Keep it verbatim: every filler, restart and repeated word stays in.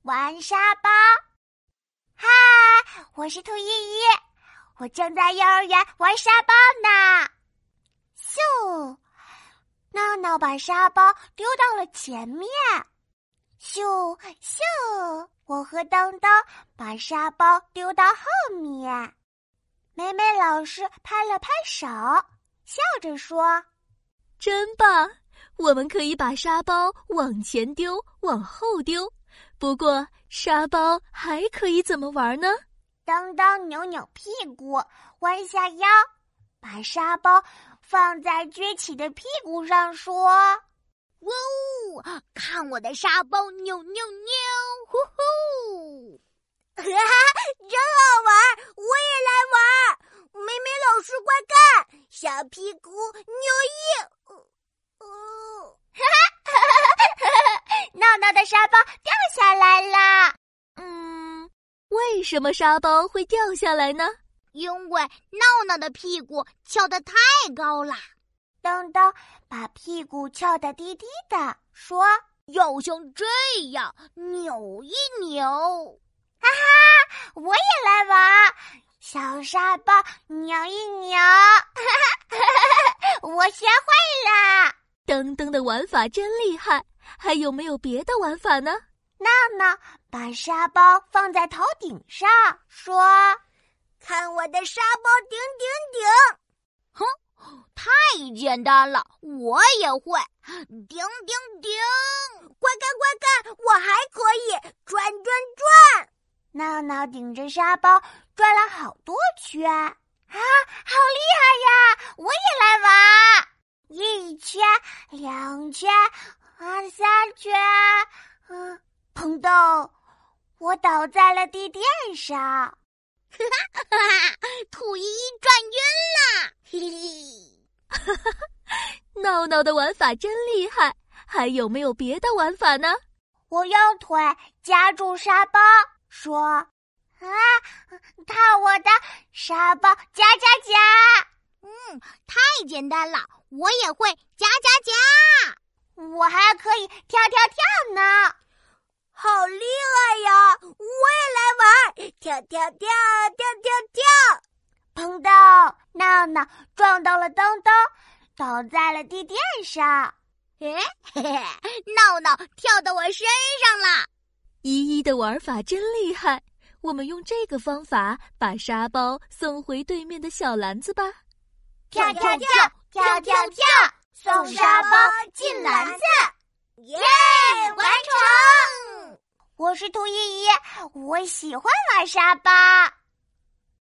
玩沙包。嗨，我是兔依依，我正在幼儿园玩沙包呢。咻，闹闹把沙包丢到了前面。咻咻，我和噔噔把沙包丢到后面。美美老师拍了拍手，笑着说： 真棒，我们可以把沙包往前丢，往后丢。不过沙包还可以怎么玩呢？ 噔噔扭扭屁股，弯下腰，把沙包放在撅起的屁股上，说： 哇哦，看我的沙包扭扭扭，呼呼！哈哈，真好玩，我也来玩。美美老师快看，小屁股扭一， 哦，哈哈哈哈！闹闹的沙包掉下来了。 嗯，为什么沙包会掉下来呢？ 因为闹闹的屁股翘得太高了。 噔噔把屁股翘得低低的，说： 要像这样扭一扭。 哈哈，我也来玩，小沙包扭一扭，哈哈哈哈，我学会了。 噔噔的玩法真厉害，还有没有别的玩法呢？ 闹闹把沙包放在头顶上，说： 看我的沙包顶顶顶。哼，太简单了，我也会。顶顶顶，快看快看，我还可以转转转。 闹闹顶着沙包转了好多圈，啊，好厉害呀！我也来玩，一圈、两圈、啊，三圈，嗯，砰咚，我倒在了地垫上。 哈哈哈哈！兔依依转晕了，嘿嘿。 哈哈哈！闹闹的玩法真厉害，还有没有别的玩法呢？ 我用腿夹住沙包，说：啊，套我的沙包夹夹夹。 嗯，太简单了，我也会夹夹夹。 我还可以跳跳跳呢。 好厉害呀！我也来玩，跳跳跳跳跳跳。 砰咚，闹闹撞到了噔噔，倒在了地垫上。 嘿嘿嘿，闹闹跳到我身上了。 依依的玩法真厉害，我们用这个方法把沙包送回对面的小篮子吧。 跳跳跳跳跳跳，送沙包进篮子。 耶， 完成！我是兔依依，我喜欢玩沙包。